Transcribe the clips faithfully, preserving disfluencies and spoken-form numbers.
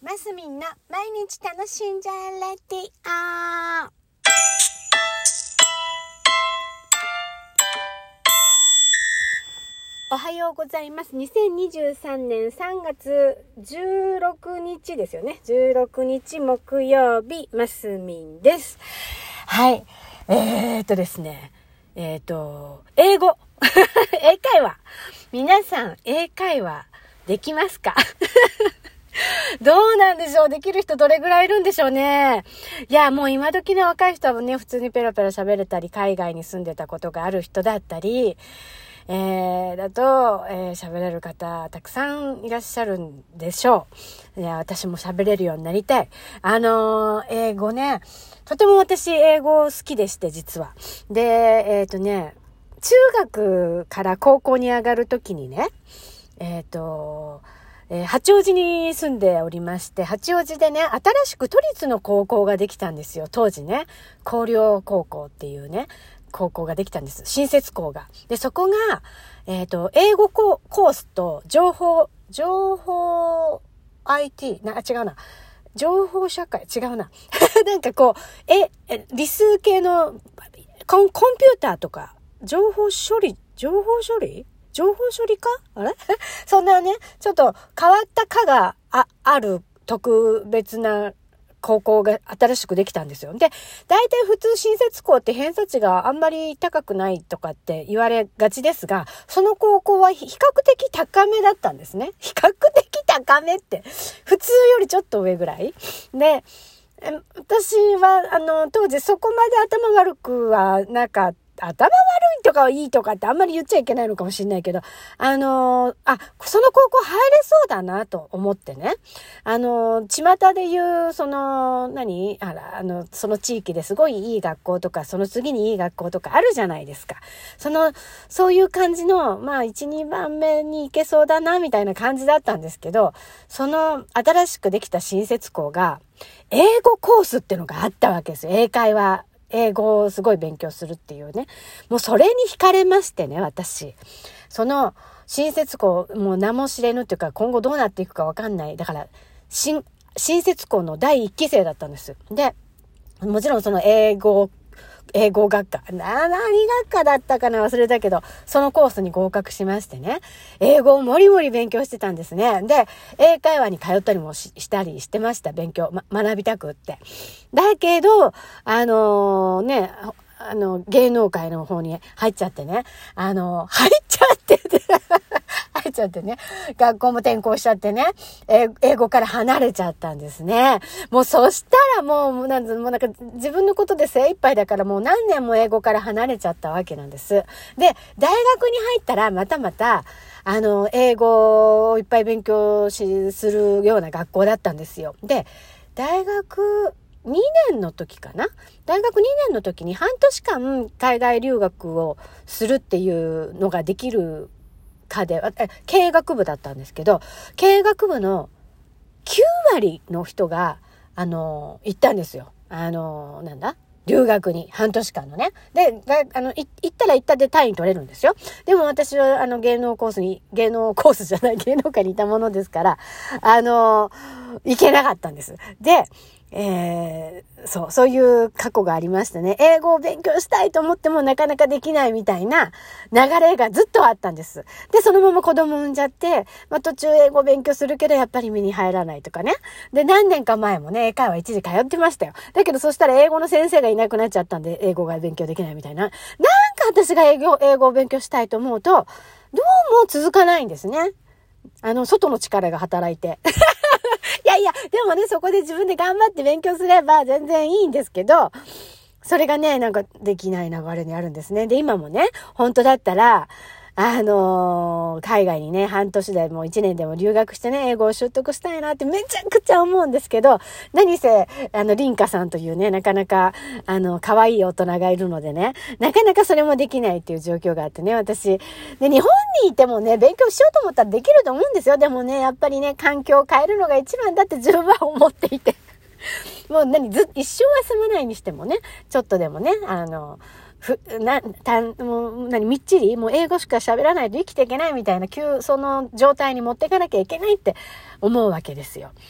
マスミンの毎日楽しんじゃえレディオ。おはようございます。にせんにじゅうさんねんさんがつじゅうろくにちですよね。じゅうろくにち木曜日、マスミンです。はい。えーっとですね。えーっと、英語。英会話。皆さん、英会話できますか？どうなんでしょう。できる人どれぐらいいるんでしょうね。いや、もう今時の若い人はね、普通にペラペラ喋れたり、海外に住んでたことがある人だったり、えー、だと、えー、喋れる方たくさんいらっしゃるんでしょう。いや、私も喋れるようになりたい。あのー、英語ね、とても私英語好きでして、実は。で、えっとね、中学から高校に上がるときにね、えっと、えー、八王子に住んでおりまして、八王子でね、新しく都立の高校ができたんですよ。当時ね、広陵高校っていうね、高校ができたんです。新設校が。で、そこが、えっと、英語コースと情報、情報 アイティー、な、違うな。情報社会、違うな。なんかこう、え、理数系のコン、コンピューターとか、情報処理、情報処理情報処理科あれそんなね、ちょっと変わった科が あ, ある特別な高校が新しくできたんですよ。で、大体普通新設校って偏差値があんまり高くないとかって言われがちですが、その高校は比較的高めだったんですね。比較的高めって、普通よりちょっと上ぐらい。で、私は、あの、当時そこまで頭悪くはなかった。頭悪いとかはいいとかってあんまり言っちゃいけないのかもしれないけど、あのー、あ、その高校入れそうだなと思ってね。あのー、巷で言う、その、何あら、あの、その地域ですごいいい学校とか、その次にいい学校とかあるじゃないですか。その、そういう感じの、まあ、いち、にばんめに行けそうだな、みたいな感じだったんですけど、その、新しくできた新設校が、英語コースってのがあったわけですよ。英会話。英語をすごい勉強するっていうね。もうそれに惹かれましてね、私。その、新設校、もう名も知れぬっていうか、今後どうなっていくかわかんない。だから、新、新設校のだいいっき生だったんです。で、もちろんその英語、英語学科、な、何学科だったかな忘れたけど、そのコースに合格しましてね、英語をもりもり勉強してたんですね。で、英会話に通ったりも し, したりしてました、勉強、ま、学びたくって。だけど、あのー、ね、あの、芸能界の方に入っちゃってね、あのー、入っちゃってて、入っちゃってね、学校も転校しちゃってね、英語から離れちゃったんですね。もうそしたらもう、なんもうなんか自分のことで精一杯だからもう何年も英語から離れちゃったわけなんです。で、大学に入ったらまたまた、あの、英語をいっぱい勉強し、するような学校だったんですよ。で、大学、にねんの時かな大学にねんの時に半年間海外留学をするっていうのができる科で、経営学部だったんですけど、経営学部のきゅうわりの人が、あの、行ったんですよ。あの、なんだ留学に、半年間のね。で、あの、行ったら行ったで単位取れるんですよ。でも私は、あの、芸能コースに、芸能コースじゃない、芸能界にいたものですから、あの、行けなかったんです。で、えー、そう、そういう過去がありましたね。英語を勉強したいと思ってもなかなかできないみたいな流れがずっとあったんです。で、そのまま子供産んじゃって、まあ途中英語勉強するけどやっぱり身に入らないとかね。で、何年か前もね、英会話一時通ってましたよ。だけどそしたら英語の先生がいなくなっちゃったんで、英語が勉強できないみたいな。なんか私が英語、英語を勉強したいと思うと、どうも続かないんですね。あの、外の力が働いて。いやいや、でもね、そこで自分で頑張って勉強すれば全然いいんですけど、それがね、なんかできない流れにあるんですね。で、今もね、本当だったら、あのー、海外にね、半年でもいちねんでも留学してね、英語を習得したいなってめちゃくちゃ思うんですけど、何せ、あの、リンカさんというね、なかなか、あの、可愛い大人がいるのでね、なかなかそれもできないっていう状況があってね、私、で、日本にいてもね、勉強しようと思ったらできると思うんですよ。でもね、やっぱりね、環境を変えるのが一番だって自分は思っていて。もう何、ず、一生休まないにしてもね、ちょっとでもね、あの、ふ、な、たん、もう、何、みっちり、もう英語しか喋らないと生きていけないみたいな、急、その状態に持っていかなきゃいけないって思うわけですよ。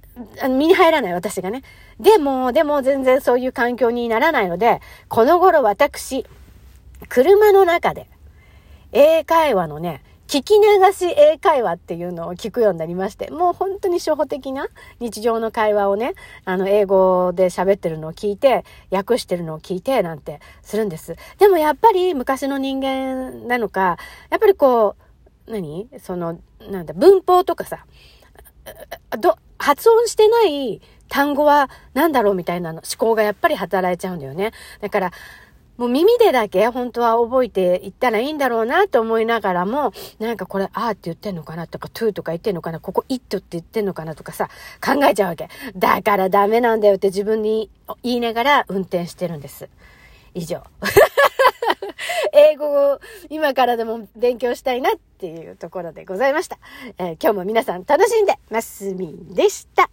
身に入らない私がね。でも、でも全然そういう環境にならないので、この頃私、車の中で英会話のね、聞き流し英会話っていうのを聞くようになりまして、もう本当に初歩的な日常の会話をね、あの、英語で喋ってるのを聞いて、訳してるのを聞いて、なんてするんです。でもやっぱり昔の人間なのか、やっぱりこう、何？その、なんだ、文法とかさ、ど、発音してない単語は何だろうみたいなの思考がやっぱり働いちゃうんだよね。だから、もう耳でだけ本当は覚えていったらいいんだろうなと思いながらも、なんかこれあーって言ってんのかなとか、トゥーとか言ってんのかな、ここイットって言ってんのかなとかさ、考えちゃうわけ。だからダメなんだよって自分に言いながら運転してるんです。以上。英語を今からでも勉強したいなっていうところでございました。えー、今日も皆さん楽しんでますみんでした。